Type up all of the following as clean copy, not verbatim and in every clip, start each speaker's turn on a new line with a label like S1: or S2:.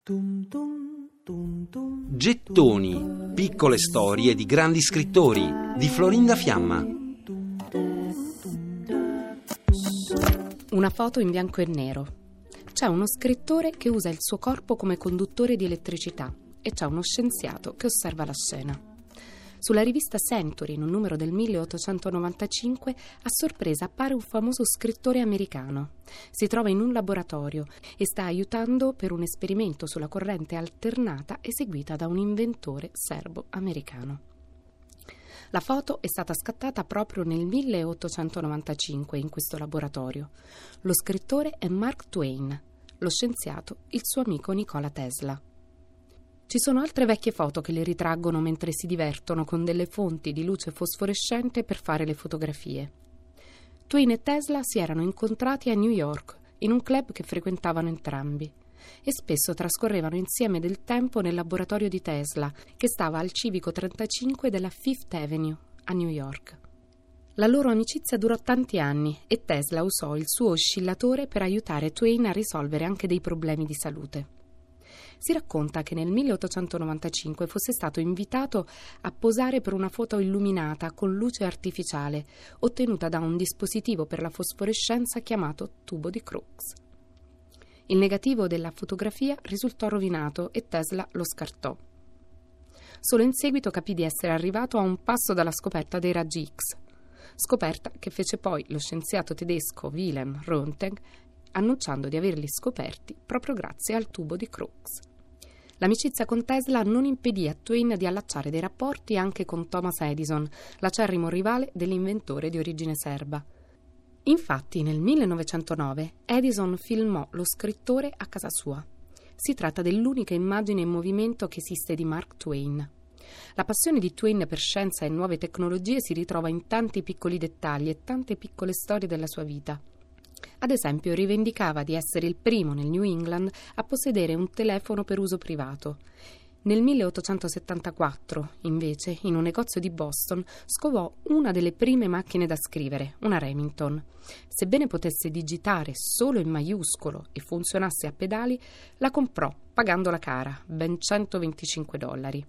S1: Gettoni, piccole storie di grandi scrittori di Florinda Fiamma.
S2: Una foto in bianco e nero. C'è uno scrittore che usa il suo corpo come conduttore di elettricità e c'è uno scienziato che osserva la scena. Sulla rivista Century, in un numero del 1895, a sorpresa appare un famoso scrittore americano. Si trova in un laboratorio e sta aiutando per un esperimento sulla corrente alternata eseguita da un inventore serbo-americano. La foto è stata scattata proprio nel 1895 in questo laboratorio. Lo scrittore è Mark Twain, lo scienziato il suo amico Nikola Tesla. Ci sono altre vecchie foto che le ritraggono mentre si divertono con delle fonti di luce fosforescente per fare le fotografie. Twain e Tesla si erano incontrati a New York, in un club che frequentavano entrambi, e spesso trascorrevano insieme del tempo nel laboratorio di Tesla, che stava al civico 35 della Fifth Avenue, a New York. La loro amicizia durò tanti anni e Tesla usò il suo oscillatore per aiutare Twain a risolvere anche dei problemi di salute. Si racconta che nel 1895 fosse stato invitato a posare per una foto illuminata con luce artificiale, ottenuta da un dispositivo per la fosforescenza chiamato tubo di Crookes. Il negativo della fotografia risultò rovinato e Tesla lo scartò. Solo in seguito capì di essere arrivato a un passo dalla scoperta dei raggi X, scoperta che fece poi lo scienziato tedesco Wilhelm Röntgen, annunciando di averli scoperti proprio grazie al tubo di Crookes. L'amicizia con Tesla non impedì a Twain di allacciare dei rapporti anche con Thomas Edison, l'acerrimo rivale dell'inventore di origine serba. Infatti, nel 1909 Edison filmò lo scrittore a casa sua. Si tratta dell'unica immagine in movimento che esiste di Mark Twain. La passione di Twain per scienza e nuove tecnologie si ritrova in tanti piccoli dettagli e tante piccole storie della sua vita. Ad esempio, rivendicava di essere il primo nel New England a possedere un telefono per uso privato. Nel 1874, invece, in un negozio di Boston, scovò una delle prime macchine da scrivere, una Remington. Sebbene potesse digitare solo in maiuscolo e funzionasse a pedali, la comprò, pagandola cara, ben $125.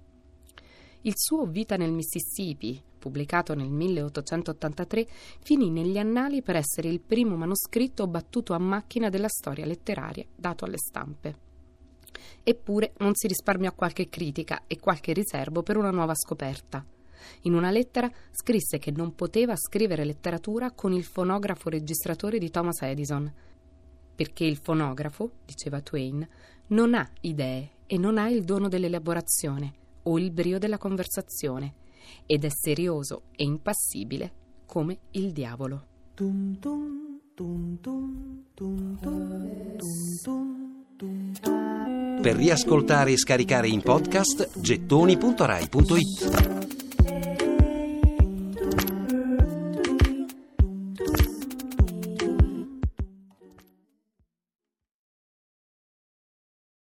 S2: Il suo Vita nel Mississippi, pubblicato nel 1883, finì negli annali per essere il primo manoscritto battuto a macchina della storia letteraria dato alle stampe. Eppure non si risparmiò qualche critica e qualche riservo per una nuova scoperta. In una lettera scrisse che non poteva scrivere letteratura con il fonografo registratore di Thomas Edison, perché il fonografo, diceva Twain, non ha idee e non ha il dono dell'elaborazione o il brio della conversazione, ed è serioso e impassibile come il diavolo.
S1: Per riascoltare e scaricare in podcast gettoni.rai.it.